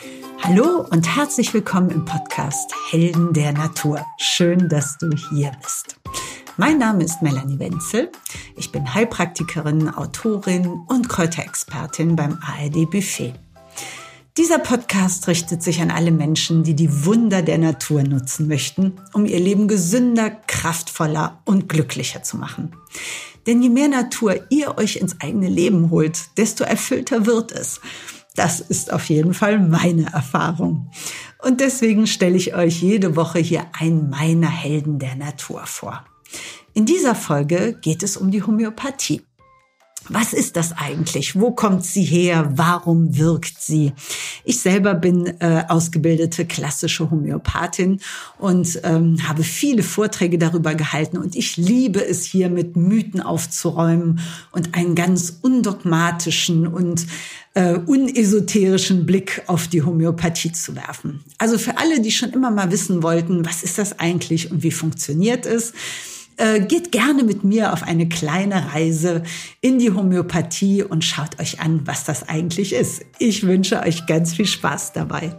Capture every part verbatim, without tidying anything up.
Hallo und herzlich willkommen im Podcast Helden der Natur. Schön, dass du hier bist. Mein Name ist Melanie Wenzel. Ich bin Heilpraktikerin, Autorin und Kräuterexpertin beim A R D Buffet. Dieser Podcast richtet sich an alle Menschen, die die Wunder der Natur nutzen möchten, um ihr Leben gesünder, kraftvoller und glücklicher zu machen. Denn je mehr Natur ihr euch ins eigene Leben holt, desto erfüllter wird es. Das ist auf jeden Fall meine Erfahrung. Und deswegen stelle ich euch jede Woche hier einen meiner Helden der Natur vor. In dieser Folge geht es um die Homöopathie. Was ist das eigentlich? Wo kommt sie her? Warum wirkt sie? Ich selber bin äh, ausgebildete klassische Homöopathin und ähm, habe viele Vorträge darüber gehalten. Und ich liebe es hier, mit Mythen aufzuräumen und einen ganz undogmatischen und äh, unesoterischen Blick auf die Homöopathie zu werfen. Also für alle, die schon immer mal wissen wollten, was ist das eigentlich und wie funktioniert es? Geht gerne mit mir auf eine kleine Reise in die Homöopathie und schaut euch an, was das eigentlich ist. Ich wünsche euch ganz viel Spaß dabei.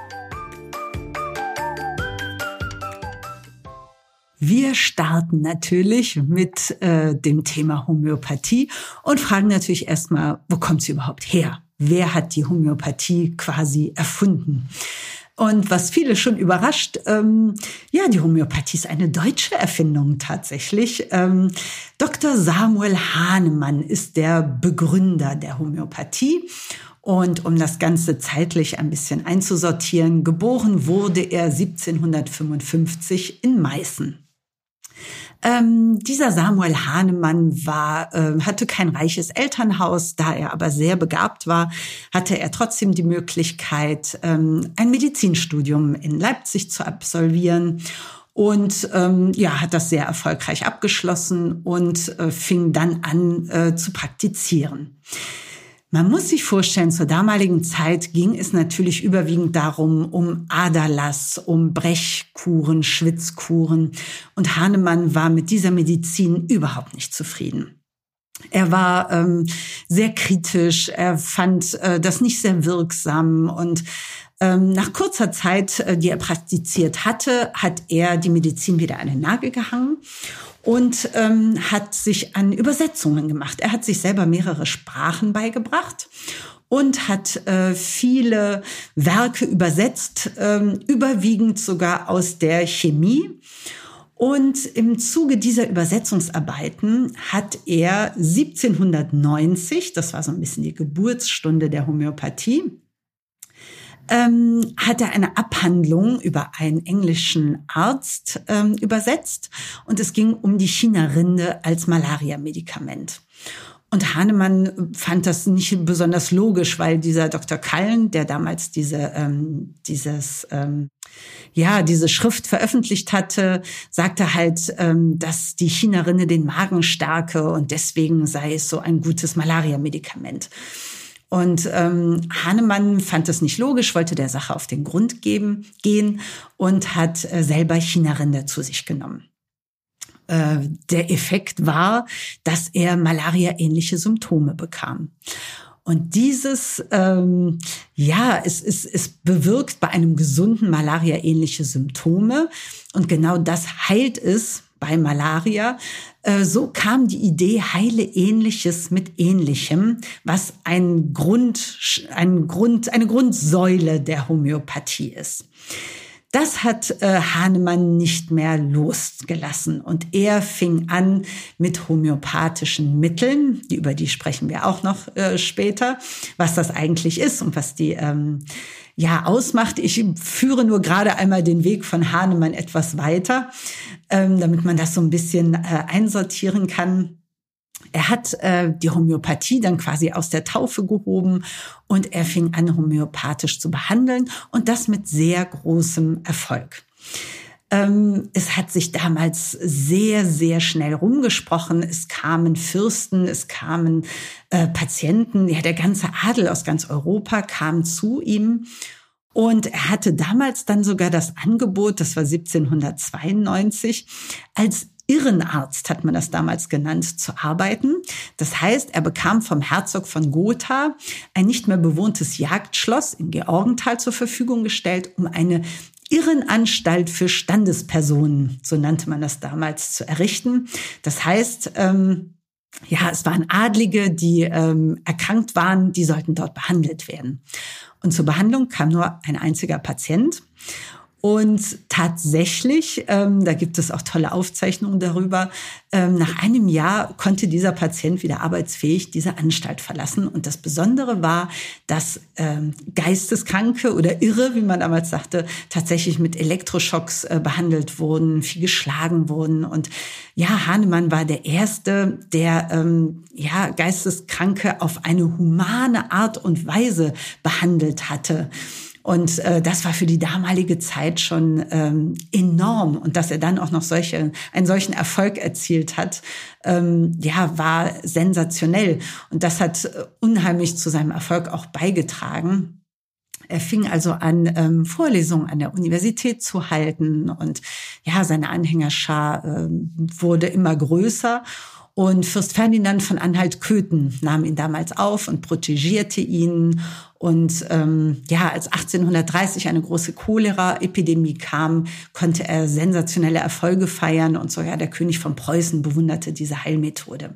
Wir starten natürlich mit äh, dem Thema Homöopathie und fragen natürlich erstmal, wo kommt sie überhaupt her? Wer hat die Homöopathie quasi erfunden? Und was viele schon überrascht, ähm, ja, die Homöopathie ist eine deutsche Erfindung tatsächlich. Ähm, Doktor Samuel Hahnemann ist der Begründer der Homöopathie. Und um das Ganze zeitlich ein bisschen einzusortieren, geboren wurde er siebzehnhundertfünfundfünfzig in Meißen. Ähm, dieser Samuel Hahnemann war, äh, hatte kein reiches Elternhaus, da er aber sehr begabt war, hatte er trotzdem die Möglichkeit, ähm, ein Medizinstudium in Leipzig zu absolvieren und ähm, ja, hat das sehr erfolgreich abgeschlossen und äh, fing dann an äh, zu praktizieren. Man muss sich vorstellen, zur damaligen Zeit ging es natürlich überwiegend darum, um Aderlass, um Brechkuren, Schwitzkuren. Und Hahnemann war mit dieser Medizin überhaupt nicht zufrieden. Er war ähm, sehr kritisch, er fand äh, das nicht sehr wirksam und ähm, nach kurzer Zeit, äh, die er praktiziert hatte, hat er die Medizin wieder an den Nagel gehangen und ähm, hat sich an Übersetzungen gemacht. Er hat sich selber mehrere Sprachen beigebracht und hat äh, viele Werke übersetzt, ähm, überwiegend sogar aus der Chemie. Und im Zuge dieser Übersetzungsarbeiten hat er siebzehnhundertneunzig, das war so ein bisschen die Geburtsstunde der Homöopathie, Ähm, hat er eine Abhandlung über einen englischen Arzt ähm, übersetzt und es ging um die China-Rinde als Malaria-Medikament. Und Hahnemann fand das nicht besonders logisch, weil dieser Doktor Cullen, der damals diese ähm, dieses ähm, ja diese Schrift veröffentlicht hatte, sagte halt, ähm, dass die China-Rinde den Magen stärke und deswegen sei es so ein gutes Malaria-Medikament. Und ähm, Hahnemann fand das nicht logisch, wollte der Sache auf den Grund geben, gehen und hat äh, selber China-Rinde zu sich genommen. Äh, der Effekt war, dass er Malaria-ähnliche Symptome bekam. Und dieses, ähm, ja, es, es, es bewirkt bei einem gesunden Malaria ähnliche Symptome. Und genau das heilt es bei Malaria. So kam die Idee, heile Ähnliches mit Ähnlichem, was ein Grund, ein Grund, eine Grundsäule der Homöopathie ist. Das hat äh, Hahnemann nicht mehr losgelassen und er fing an mit homöopathischen Mitteln, die, über die sprechen wir auch noch äh, später, was das eigentlich ist und was die ähm, ja ausmacht. Ich führe nur gerade einmal den Weg von Hahnemann etwas weiter, ähm, damit man das so ein bisschen äh, einsortieren kann. Er hat äh, die Homöopathie dann quasi aus der Taufe gehoben und er fing an, homöopathisch zu behandeln und das mit sehr großem Erfolg. Ähm, es hat sich damals sehr, sehr schnell rumgesprochen. Es kamen Fürsten, es kamen äh, Patienten, ja, der ganze Adel aus ganz Europa kam zu ihm. Und er hatte damals dann sogar das Angebot, das war siebzehnhundertzweiundneunzig, als Irrenarzt, hat man das damals genannt, zu arbeiten. Das heißt, er bekam vom Herzog von Gotha ein nicht mehr bewohntes Jagdschloss im Georgental zur Verfügung gestellt, um eine Irrenanstalt für Standespersonen, so nannte man das damals, zu errichten. Das heißt, ähm, ja, es waren Adlige, die ähm, erkrankt waren, die sollten dort behandelt werden. Und zur Behandlung kam nur ein einziger Patient. Und tatsächlich, ähm, da gibt es auch tolle Aufzeichnungen darüber, ähm, nach einem Jahr konnte dieser Patient wieder arbeitsfähig diese Anstalt verlassen. Und das Besondere war, dass ähm, Geisteskranke oder Irre, wie man damals sagte, tatsächlich mit Elektroschocks äh, behandelt wurden, viel geschlagen wurden. Und ja, Hahnemann war der Erste, der ähm, ja Geisteskranke auf eine humane Art und Weise behandelt hatte. Und äh, das war für die damalige Zeit schon ähm, enorm. Und dass er dann auch noch solche, einen solchen Erfolg erzielt hat, ähm, ja, war sensationell. Und das hat unheimlich zu seinem Erfolg auch beigetragen. Er fing also an, ähm, Vorlesungen an der Universität zu halten. Und ja, seine Anhängerschar äh, wurde immer größer. Und Fürst Ferdinand von Anhalt-Köthen nahm ihn damals auf und protegierte ihn. Und ähm, ja, als achtzehnhundertdreißig eine große Cholera-Epidemie kam, konnte er sensationelle Erfolge feiern. Und sogar der König von Preußen bewunderte diese Heilmethode.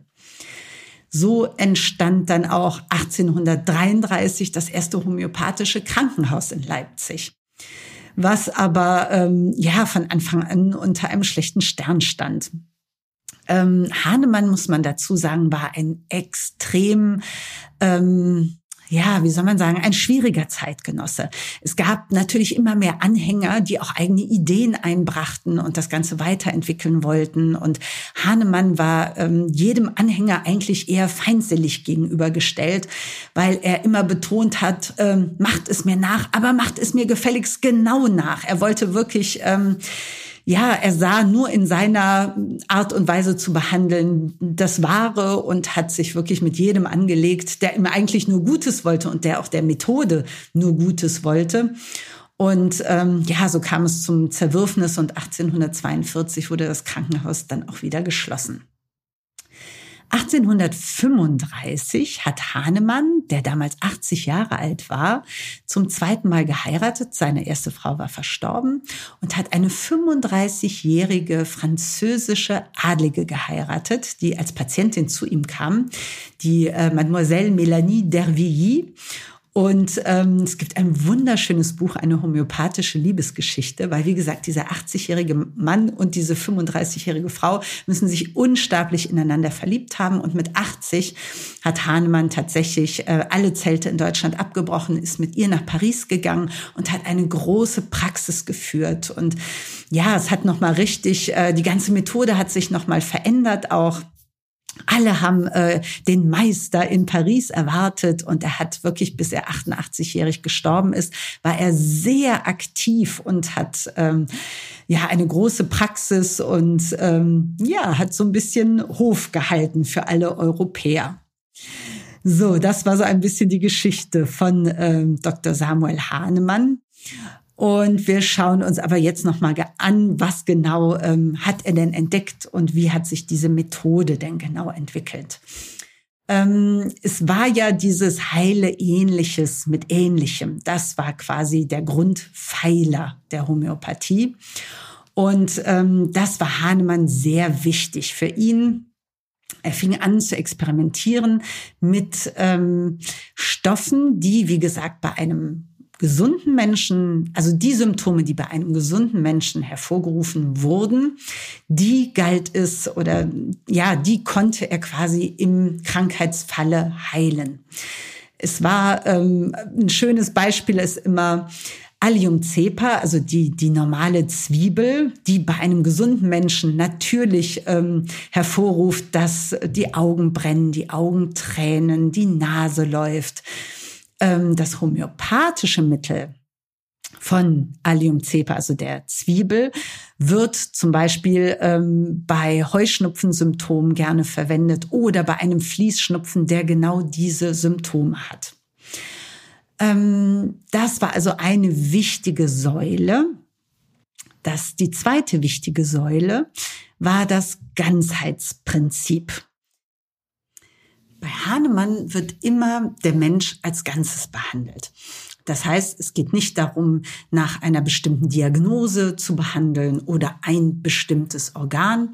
So entstand dann auch achtzehnhundertdreiunddreißig das erste homöopathische Krankenhaus in Leipzig, was aber ähm, ja von Anfang an unter einem schlechten Stern stand. Ähm, Hahnemann, muss man dazu sagen, war ein extrem, ähm, ja, wie soll man sagen, ein schwieriger Zeitgenosse. Es gab natürlich immer mehr Anhänger, die auch eigene Ideen einbrachten und das Ganze weiterentwickeln wollten. Und Hahnemann war ähm, jedem Anhänger eigentlich eher feindselig gegenübergestellt, weil er immer betont hat, ähm, macht es mir nach, aber macht es mir gefälligst genau nach. Er wollte wirklich... Ähm, Ja, er sah nur in seiner Art und Weise zu behandeln das Wahre und hat sich wirklich mit jedem angelegt, der ihm eigentlich nur Gutes wollte und der auch der Methode nur Gutes wollte. Und ähm, ja, so kam es zum Zerwürfnis und achtzehnhundertzweiundvierzig wurde das Krankenhaus dann auch wieder geschlossen. achtzehnhundertfünfunddreißig hat Hahnemann, der damals achtzig Jahre alt war, zum zweiten Mal geheiratet. Seine erste Frau war verstorben und hat eine fünfunddreißigjährige französische Adlige geheiratet, die als Patientin zu ihm kam, die äh, Mademoiselle Mélanie d'Hervilly. Und ähm, es gibt ein wunderschönes Buch, eine homöopathische Liebesgeschichte, weil, wie gesagt, dieser achtzigjährige Mann und diese fünfunddreißigjährige Frau müssen sich unsterblich ineinander verliebt haben. Und mit achtzig hat Hahnemann tatsächlich äh, alle Zelte in Deutschland abgebrochen, ist mit ihr nach Paris gegangen und hat eine große Praxis geführt. Und ja, es hat nochmal richtig, äh, die ganze Methode hat sich nochmal verändert auch. Alle haben äh, den Meister in Paris erwartet und er hat wirklich, bis er achtundachtzigjährig gestorben ist, war er sehr aktiv und hat ähm, ja eine große Praxis und ähm, ja hat so ein bisschen Hof gehalten für alle Europäer. So, das war so ein bisschen die Geschichte von ähm, Doktor Samuel Hahnemann. Und wir schauen uns aber jetzt nochmal an, was genau ähm, hat er denn entdeckt und wie hat sich diese Methode denn genau entwickelt. Ähm, es war ja dieses heile Ähnliches mit Ähnlichem. Das war quasi der Grundpfeiler der Homöopathie. Und ähm, das war Hahnemann sehr wichtig für ihn. Er fing an zu experimentieren mit ähm, Stoffen, die, wie gesagt, bei einem gesunden Menschen, also die Symptome, die bei einem gesunden Menschen hervorgerufen wurden, die galt es oder ja, die konnte er quasi im Krankheitsfalle heilen. Es war ähm, ein schönes Beispiel ist immer Allium cepa, also die die normale Zwiebel, die bei einem gesunden Menschen natürlich ähm, hervorruft, dass die Augen brennen, die Augen tränen, die Nase läuft. Das homöopathische Mittel von Allium cepa, also der Zwiebel, wird zum Beispiel ähm, bei Heuschnupfensymptomen gerne verwendet oder bei einem Fließschnupfen, der genau diese Symptome hat. Ähm, das war also eine wichtige Säule. das, die zweite wichtige Säule war das Ganzheitsprinzip. Bei Hahnemann wird immer der Mensch als Ganzes behandelt. Das heißt, es geht nicht darum, nach einer bestimmten Diagnose zu behandeln oder ein bestimmtes Organ.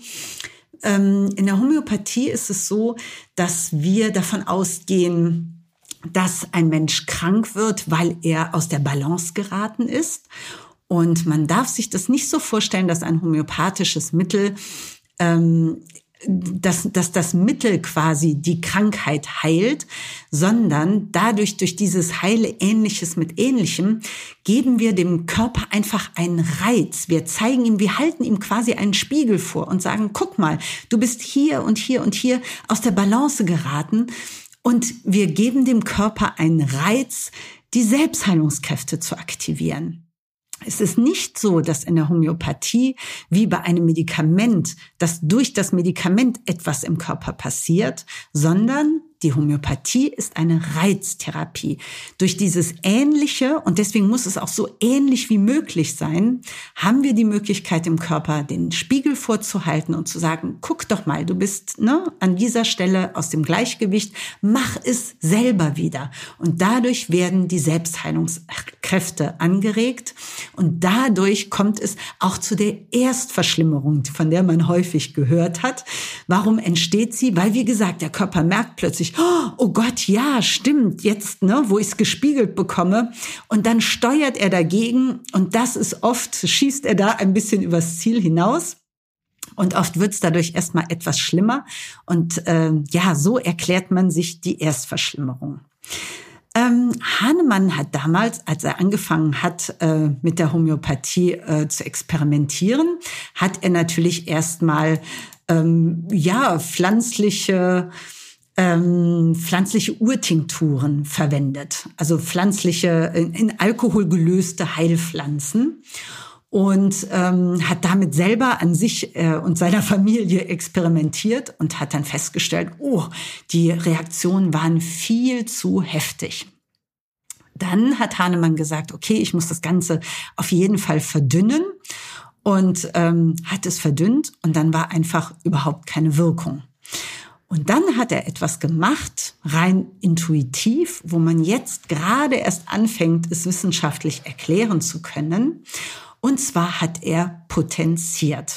In der Homöopathie ist es so, dass wir davon ausgehen, dass ein Mensch krank wird, weil er aus der Balance geraten ist. Und man darf sich das nicht so vorstellen, dass ein homöopathisches Mittel ähm, dass, dass das Mittel quasi die Krankheit heilt, sondern dadurch, durch dieses Heile Ähnliches mit Ähnlichem, geben wir dem Körper einfach einen Reiz. Wir zeigen ihm, wir halten ihm quasi einen Spiegel vor und sagen, guck mal, du bist hier und hier und hier aus der Balance geraten. Und wir geben dem Körper einen Reiz, die Selbstheilungskräfte zu aktivieren. Es ist nicht so, dass in der Homöopathie wie bei einem Medikament, dass durch das Medikament etwas im Körper passiert, sondern die Homöopathie ist eine Reiztherapie. Durch dieses Ähnliche, und deswegen muss es auch so ähnlich wie möglich sein, haben wir die Möglichkeit im Körper den Spiegel vorzuhalten und zu sagen, guck doch mal, du bist ne, an dieser Stelle aus dem Gleichgewicht, mach es selber wieder. Und dadurch werden die Selbstheilungskräfte angeregt und dadurch kommt es auch zu der Erstverschlimmerung, von der man häufig gehört hat. Warum entsteht sie? Weil, wie gesagt, der Körper merkt plötzlich, oh Gott, ja, stimmt, jetzt, ne, wo ich es gespiegelt bekomme. Und dann steuert er dagegen und das ist oft, schießt er da ein bisschen übers Ziel hinaus. Und oft wird es dadurch erstmal etwas schlimmer. Und äh, ja, so erklärt man sich die Erstverschlimmerung. Ähm, Hahnemann hat damals, als er angefangen hat, äh, mit der Homöopathie äh, zu experimentieren, hat er natürlich erstmal ähm, ja pflanzliche Ähm, pflanzliche Urtinkturen verwendet, also pflanzliche, in, in Alkohol gelöste Heilpflanzen und ähm, hat damit selber an sich äh, und seiner Familie experimentiert und hat dann festgestellt, oh, die Reaktionen waren viel zu heftig. Dann hat Hahnemann gesagt, okay, ich muss das Ganze auf jeden Fall verdünnen und ähm, hat es verdünnt und dann war einfach überhaupt keine Wirkung. Und dann hat er etwas gemacht, rein intuitiv, wo man jetzt gerade erst anfängt, es wissenschaftlich erklären zu können. Und zwar hat er potenziert.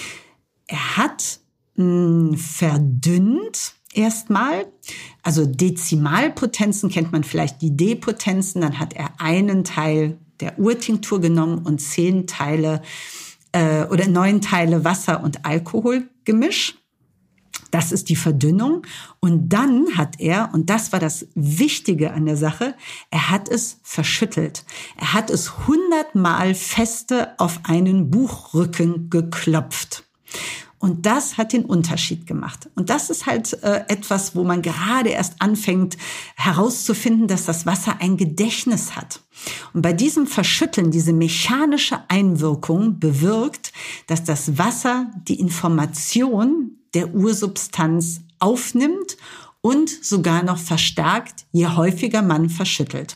Er hat mh, verdünnt erstmal, also Dezimalpotenzen kennt man vielleicht, die D-Potenzen. Dann hat er einen Teil der Urtinktur genommen und zehn Teile äh, oder neun Teile Wasser und Alkohol gemischt. Das ist die Verdünnung. Und dann hat er, und das war das Wichtige an der Sache, er hat es verschüttelt. Er hat es hundertmal feste auf einen Buchrücken geklopft. Und das hat den Unterschied gemacht. Und das ist halt äh, etwas, wo man gerade erst anfängt herauszufinden, dass das Wasser ein Gedächtnis hat. Und bei diesem Verschütteln, diese mechanische Einwirkung bewirkt, dass das Wasser die Information der Ursubstanz aufnimmt und sogar noch verstärkt, je häufiger man verschüttelt.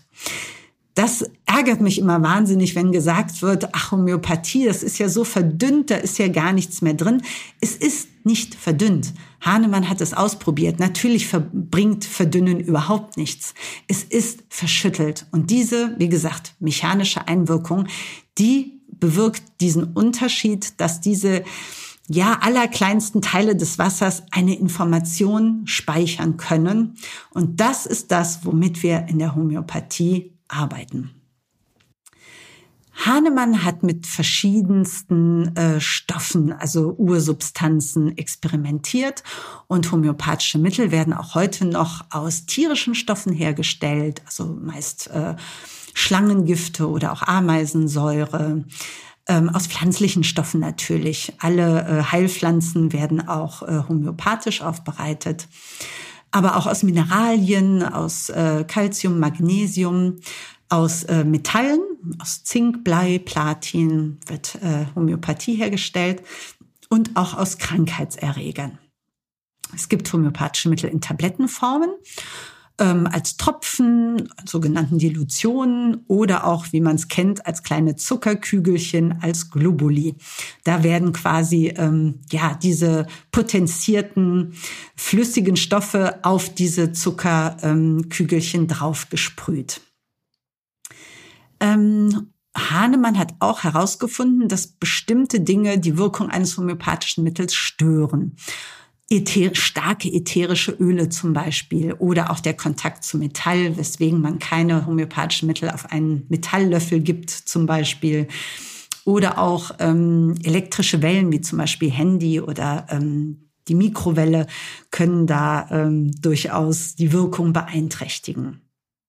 Das ärgert mich immer wahnsinnig, wenn gesagt wird, ach, Homöopathie, das ist ja so verdünnt, da ist ja gar nichts mehr drin. Es ist nicht verdünnt. Hahnemann hat es ausprobiert. Natürlich bringt Verdünnen überhaupt nichts. Es ist verschüttelt. Und diese, wie gesagt, mechanische Einwirkung, die bewirkt diesen Unterschied, dass diese ja, allerkleinsten Teile des Wassers eine Information speichern können. Und das ist das, womit wir in der Homöopathie arbeiten. Hahnemann hat mit verschiedensten äh, Stoffen, also Ursubstanzen, experimentiert und homöopathische Mittel werden auch heute noch aus tierischen Stoffen hergestellt, also meist äh, Schlangengifte oder auch Ameisensäure. Ähm, aus pflanzlichen Stoffen natürlich. Alle äh, Heilpflanzen werden auch äh, homöopathisch aufbereitet. Aber auch aus Mineralien, aus äh, Calcium, Magnesium, aus äh, Metallen, aus Zink, Blei, Platin wird äh, Homöopathie hergestellt und auch aus Krankheitserregern. Es gibt homöopathische Mittel in Tablettenformen. ähm, als Tropfen, sogenannten Dilutionen, oder auch, wie man es kennt, als kleine Zuckerkügelchen, als Globuli. Da werden quasi ähm, ja diese potenzierten flüssigen Stoffe auf diese Zuckerkügelchen ähm, draufgesprüht. Ähm, Hahnemann hat auch herausgefunden, dass bestimmte Dinge die Wirkung eines homöopathischen Mittels stören. Äther- starke ätherische Öle zum Beispiel oder auch der Kontakt zu Metall, weswegen man keine homöopathischen Mittel auf einen Metalllöffel gibt zum Beispiel. Oder auch ähm, elektrische Wellen wie zum Beispiel Handy oder ähm, die Mikrowelle können da ähm, durchaus die Wirkung beeinträchtigen.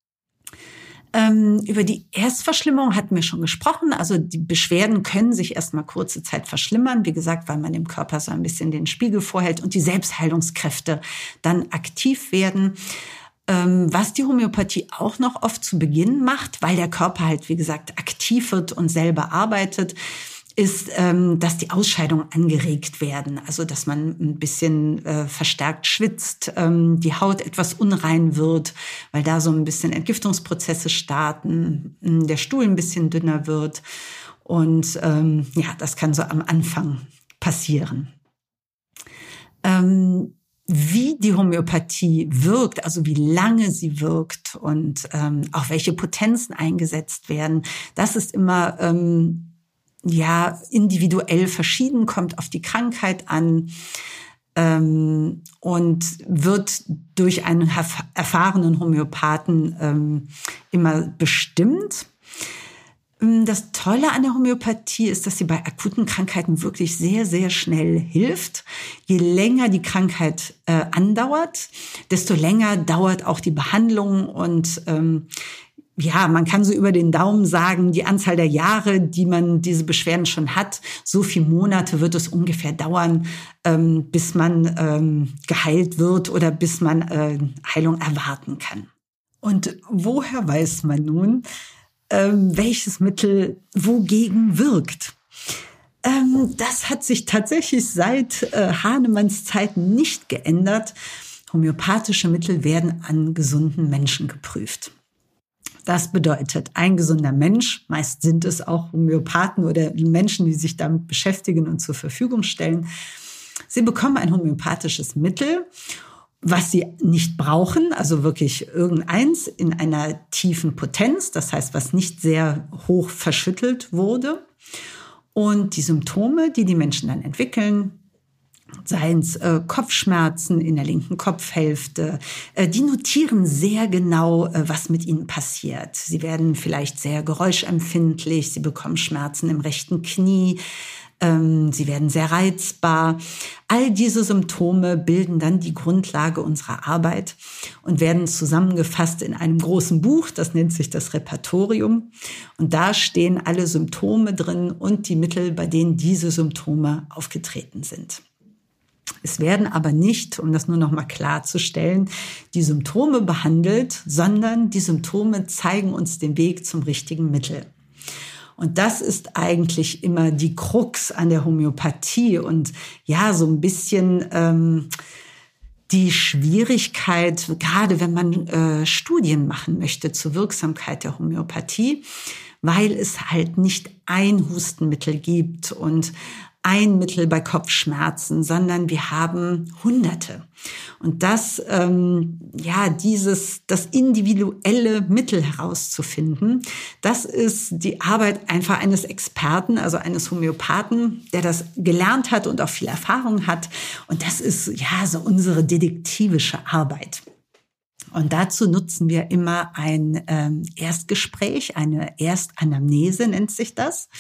Ähm, über die Erstverschlimmerung hatten wir schon gesprochen. Also die Beschwerden können sich erstmal kurze Zeit verschlimmern. Wie gesagt, weil man dem Körper so ein bisschen den Spiegel vorhält und die Selbstheilungskräfte dann aktiv werden. Ähm, was die Homöopathie auch noch oft zu Beginn macht, weil der Körper halt, wie gesagt, aktiv wird und selber arbeitet, ist, ähm, dass die Ausscheidungen angeregt werden. Also, dass man ein bisschen äh, verstärkt schwitzt, ähm, die Haut etwas unrein wird, weil da so ein bisschen Entgiftungsprozesse starten, der Stuhl ein bisschen dünner wird. Und ähm, ja, das kann so am Anfang passieren. Ähm, Wie die Homöopathie wirkt, also wie lange sie wirkt und ähm, auch welche Potenzen eingesetzt werden, das ist immer ähm, ja individuell verschieden, kommt auf die Krankheit an ähm, und wird durch einen erf- erfahrenen Homöopathen ähm, immer bestimmt. Das Tolle an der Homöopathie ist, dass sie bei akuten Krankheiten wirklich sehr, sehr schnell hilft. Je länger die Krankheit äh, andauert, desto länger dauert auch die Behandlung. Und ähm, ja, man kann so über den Daumen sagen, die Anzahl der Jahre, die man diese Beschwerden schon hat, so viele Monate wird es ungefähr dauern, ähm, bis man ähm, geheilt wird oder bis man äh, Heilung erwarten kann. Und woher weiß man nun, Ähm, welches Mittel wogegen wirkt? Ähm, das hat sich tatsächlich seit äh, Hahnemanns Zeiten nicht geändert. Homöopathische Mittel werden an gesunden Menschen geprüft. Das bedeutet, ein gesunder Mensch, meist sind es auch Homöopathen oder Menschen, die sich damit beschäftigen und zur Verfügung stellen, sie bekommen ein homöopathisches Mittel, was sie nicht brauchen, also wirklich irgendeins in einer tiefen Potenz, das heißt, was nicht sehr hoch verschüttelt wurde. Und die Symptome, die die Menschen dann entwickeln, seien es äh, Kopfschmerzen in der linken Kopfhälfte, äh, die notieren sehr genau, äh, was mit ihnen passiert. Sie werden vielleicht sehr geräuschempfindlich, sie bekommen Schmerzen im rechten Knie, sie werden sehr reizbar. All diese Symptome bilden dann die Grundlage unserer Arbeit und werden zusammengefasst in einem großen Buch, das nennt sich das Repertorium. Und da stehen alle Symptome drin und die Mittel, bei denen diese Symptome aufgetreten sind. Es werden aber nicht, um das nur noch mal klarzustellen, die Symptome behandelt, sondern die Symptome zeigen uns den Weg zum richtigen Mittel. Und das ist eigentlich immer die Krux an der Homöopathie und ja, so ein bisschen ähm, die Schwierigkeit, gerade wenn man äh, Studien machen möchte zur Wirksamkeit der Homöopathie, weil es halt nicht ein Hustenmittel gibt und ein Mittel bei Kopfschmerzen, sondern wir haben Hunderte. Und das, ähm, ja, dieses, das individuelle Mittel herauszufinden, das ist die Arbeit einfach eines Experten, also eines Homöopathen, der das gelernt hat und auch viel Erfahrung hat. Und das ist, ja, so unsere detektivische Arbeit. Und dazu nutzen wir immer ein ähm, Erstgespräch, eine Erstanamnese nennt sich das.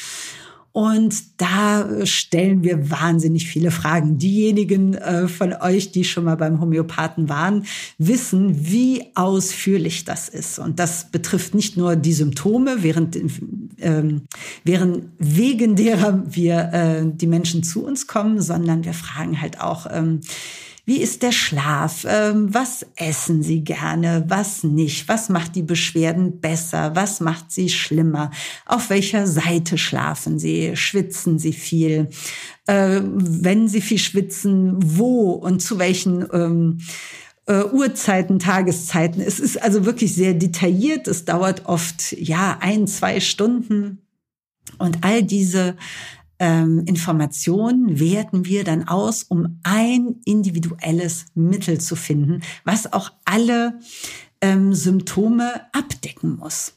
Und da stellen wir wahnsinnig viele Fragen. Diejenigen äh, von euch, die schon mal beim Homöopathen waren, wissen, wie ausführlich das ist. Und das betrifft nicht nur die Symptome, während, ähm, während wegen derer wir äh, die Menschen zu uns kommen, sondern wir fragen halt auch, ähm, wie ist der Schlaf? Was essen Sie gerne? Was nicht? Was macht die Beschwerden besser? Was macht sie schlimmer? Auf welcher Seite schlafen Sie? Schwitzen Sie viel? Wenn Sie viel schwitzen, wo und zu welchen äh, Uhrzeiten, Tageszeiten. Es ist also wirklich sehr detailliert. Es dauert oft, ja, ein, zwei Stunden. Und all diese ähm, Informationen werten wir dann aus, um ein individuelles Mittel zu finden, was auch alle ähm, Symptome abdecken muss.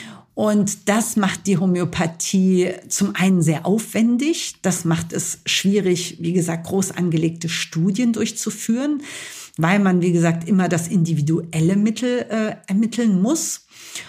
Und das macht die Homöopathie zum einen sehr aufwendig. Das macht es schwierig, wie gesagt, groß angelegte Studien durchzuführen, weil man, wie gesagt, immer das individuelle Mittel äh, ermitteln muss.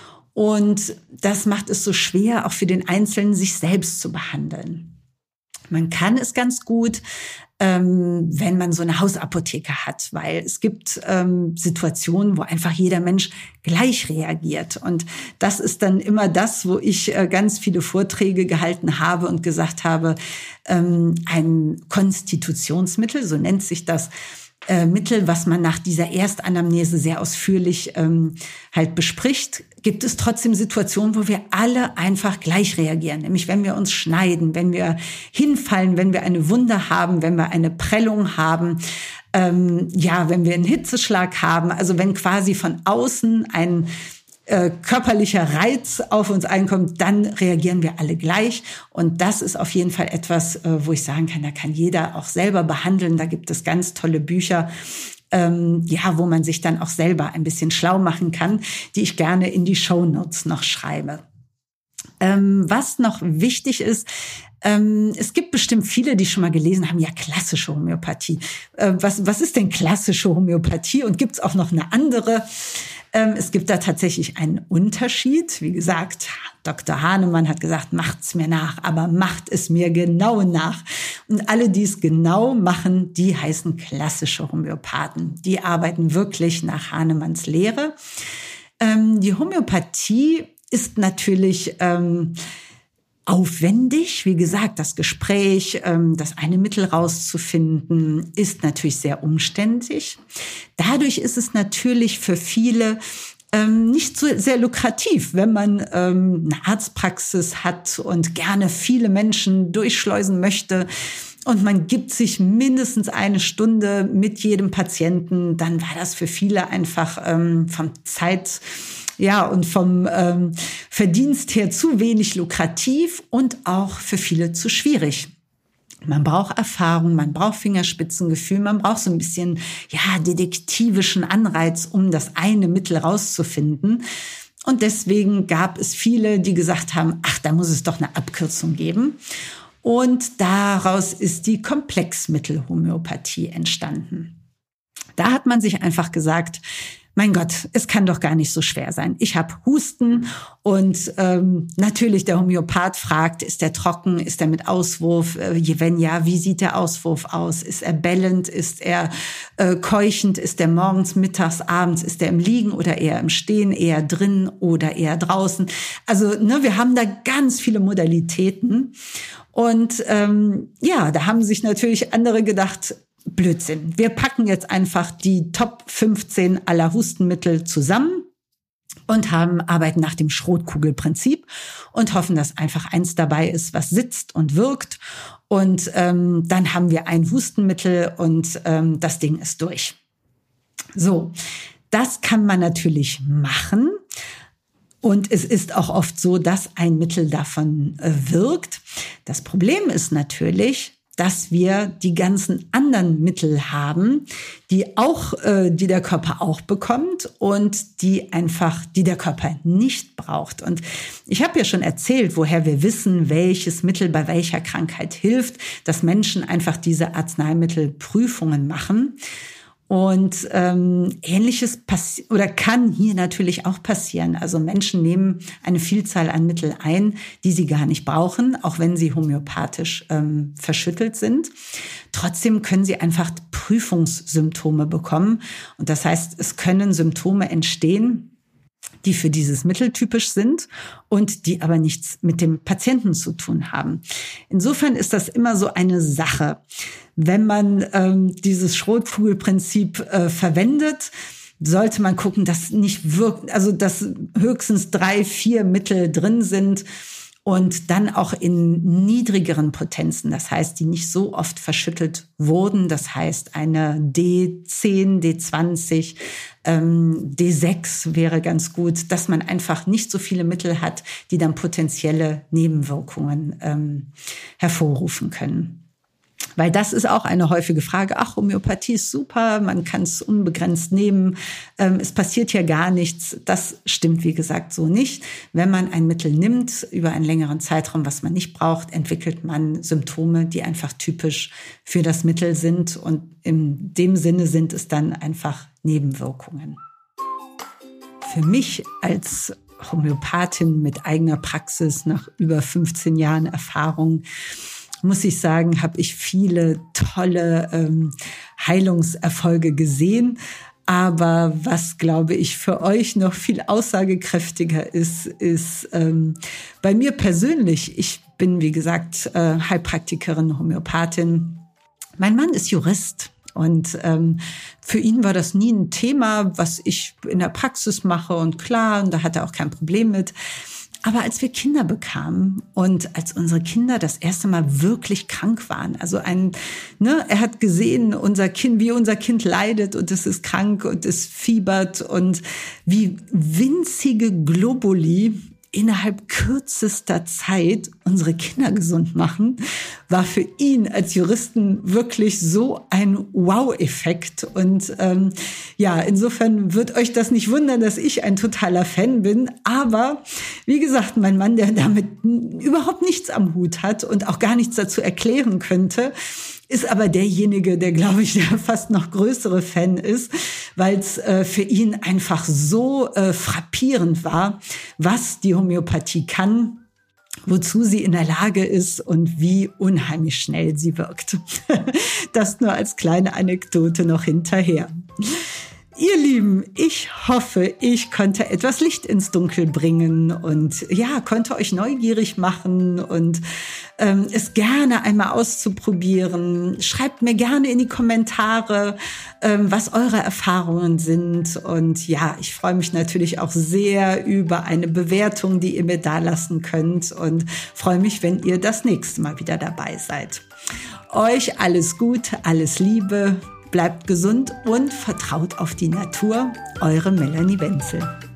Und das macht es so schwer, auch für den Einzelnen, sich selbst zu behandeln. Man kann es ganz gut, ähm, wenn man so eine Hausapotheke hat, weil es gibt ähm, Situationen, wo einfach jeder Mensch gleich reagiert. Und das ist dann immer das, wo ich äh, ganz viele Vorträge gehalten habe und gesagt habe, ähm, ein Konstitutionsmittel, so nennt sich das, Äh, Mittel, was man nach dieser Erstanamnese sehr ausführlich ähm, halt bespricht, gibt es trotzdem Situationen, wo wir alle einfach gleich reagieren. Nämlich wenn wir uns schneiden, wenn wir hinfallen, wenn wir eine Wunde haben, wenn wir eine Prellung haben, ähm, ja, wenn wir einen Hitzeschlag haben, also wenn quasi von außen ein Äh, körperlicher Reiz auf uns einkommt, dann reagieren wir alle gleich. Und das ist auf jeden Fall etwas, äh, wo ich sagen kann, da kann jeder auch selber behandeln. Da gibt es ganz tolle Bücher, ähm, ja, wo man sich dann auch selber ein bisschen schlau machen kann, die ich gerne in die Shownotes noch schreibe. Ähm, was noch wichtig ist, ähm, es gibt bestimmt viele, die schon mal gelesen haben, ja, klassische Homöopathie. Äh, was, was ist denn klassische Homöopathie? Und gibt es auch noch eine andere? Ähm, es gibt da tatsächlich einen Unterschied. Wie gesagt, Doktor Hahnemann hat gesagt, macht's mir nach, aber macht es mir genau nach. Und alle, die es genau machen, die heißen klassische Homöopathen. Die arbeiten wirklich nach Hahnemanns Lehre. Ähm, die Homöopathie ist natürlich ähm, aufwendig. Wie gesagt, das Gespräch, ähm, das eine Mittel rauszufinden, ist natürlich sehr umständlich. Dadurch ist es natürlich für viele ähm, nicht so sehr lukrativ, wenn man ähm, eine Arztpraxis hat und gerne viele Menschen durchschleusen möchte. Und man gibt sich mindestens eine Stunde mit jedem Patienten, dann war das für viele einfach ähm, vom Zeit, ja, und vom ähm, Verdienst her zu wenig lukrativ und auch für viele zu schwierig. Man braucht Erfahrung, man braucht Fingerspitzengefühl, man braucht so ein bisschen, ja, detektivischen Anreiz, um das eine Mittel rauszufinden. Und deswegen gab es viele, die gesagt haben, ach, da muss es doch eine Abkürzung geben. Und daraus ist die Komplexmittelhomöopathie entstanden. Da hat man sich einfach gesagt, mein Gott, es kann doch gar nicht so schwer sein. Ich habe Husten und ähm, natürlich der Homöopath fragt, ist der trocken, ist er mit Auswurf? Äh, wenn ja, wie sieht der Auswurf aus? Ist er bellend, ist er äh, keuchend, ist er morgens, mittags, abends, ist er im Liegen oder eher im Stehen, eher drin oder eher draußen? Also ne, wir haben da ganz viele Modalitäten und ähm, ja, da haben sich natürlich andere gedacht, Blödsinn. Wir packen jetzt einfach die Top fünfzehn aller Hustenmittel zusammen und haben arbeiten nach dem Schrotkugelprinzip und hoffen, dass einfach eins dabei ist, was sitzt und wirkt. Und ähm, dann haben wir ein Hustenmittel und ähm, das Ding ist durch. So, das kann man natürlich machen. Und es ist auch oft so, dass ein Mittel davon äh, wirkt. Das Problem ist natürlich, dass wir die ganzen anderen Mittel haben, die auch, äh, die der Körper auch bekommt und die einfach, die der Körper nicht braucht. Und ich habe ja schon erzählt, woher wir wissen, welches Mittel bei welcher Krankheit hilft, dass Menschen einfach diese Arzneimittelprüfungen machen. Und ähm, Ähnliches passi- oder kann hier natürlich auch passieren. Also Menschen nehmen eine Vielzahl an Mitteln ein, die sie gar nicht brauchen, auch wenn sie homöopathisch ähm, verschüttelt sind. Trotzdem können sie einfach Prüfungssymptome bekommen. Und das heißt, es können Symptome entstehen, die für dieses Mittel typisch sind und die aber nichts mit dem Patienten zu tun haben. Insofern ist das immer so eine Sache. Wenn man ähm, dieses Schrotkugelprinzip äh, verwendet, sollte man gucken, dass nicht wirkt, also dass höchstens drei, vier Mittel drin sind und dann auch in niedrigeren Potenzen, das heißt, die nicht so oft verschüttelt wurden, das heißt eine D zehn, D zwanzig, ähm, D sechs wäre ganz gut, dass man einfach nicht so viele Mittel hat, die dann potenzielle Nebenwirkungen ähm, hervorrufen können. Weil das ist auch eine häufige Frage. Ach, Homöopathie ist super, man kann es unbegrenzt nehmen. Ähm, es passiert ja gar nichts. Das stimmt, wie gesagt, so nicht. Wenn man ein Mittel nimmt über einen längeren Zeitraum, was man nicht braucht, entwickelt man Symptome, die einfach typisch für das Mittel sind. Und in dem Sinne sind es dann einfach Nebenwirkungen. Für mich als Homöopathin mit eigener Praxis nach über fünfzehn Jahren Erfahrung muss ich sagen, habe ich viele tolle ähm, Heilungserfolge gesehen. Aber was, glaube ich, für euch noch viel aussagekräftiger ist, ist ähm, bei mir persönlich, ich bin, wie gesagt, äh, Heilpraktikerin, Homöopathin. Mein Mann ist Jurist. Und ähm, für ihn war das nie ein Thema, was ich in der Praxis mache. Und klar, und da hat er auch kein Problem mit. Aber als wir Kinder bekamen und als unsere Kinder das erste Mal wirklich krank waren, also ein, ne, er hat gesehen, unser Kind, wie unser Kind leidet und es ist krank und es fiebert und wie winzige Globuli innerhalb kürzester Zeit unsere Kinder gesund machen, war für ihn als Juristen wirklich so ein Wow-Effekt. Und ähm, ja, insofern wird euch das nicht wundern, dass ich ein totaler Fan bin. Aber wie gesagt, mein Mann, der damit überhaupt nichts am Hut hat und auch gar nichts dazu erklären könnte, ist aber derjenige, der, glaube ich, der fast noch größere Fan ist, weil es äh, für ihn einfach so äh, frappierend war, was die Homöopathie kann, wozu sie in der Lage ist und wie unheimlich schnell sie wirkt. Das nur als kleine Anekdote noch hinterher. Ihr Lieben, ich hoffe, ich konnte etwas Licht ins Dunkel bringen und ja, konnte euch neugierig machen und ähm, es gerne einmal auszuprobieren. Schreibt mir gerne in die Kommentare, ähm, was eure Erfahrungen sind. Und ja, ich freue mich natürlich auch sehr über eine Bewertung, die ihr mir da lassen könnt und freue mich, wenn ihr das nächste Mal wieder dabei seid. Euch alles Gute, alles Liebe. Bleibt gesund und vertraut auf die Natur. Eure Melanie Wenzel.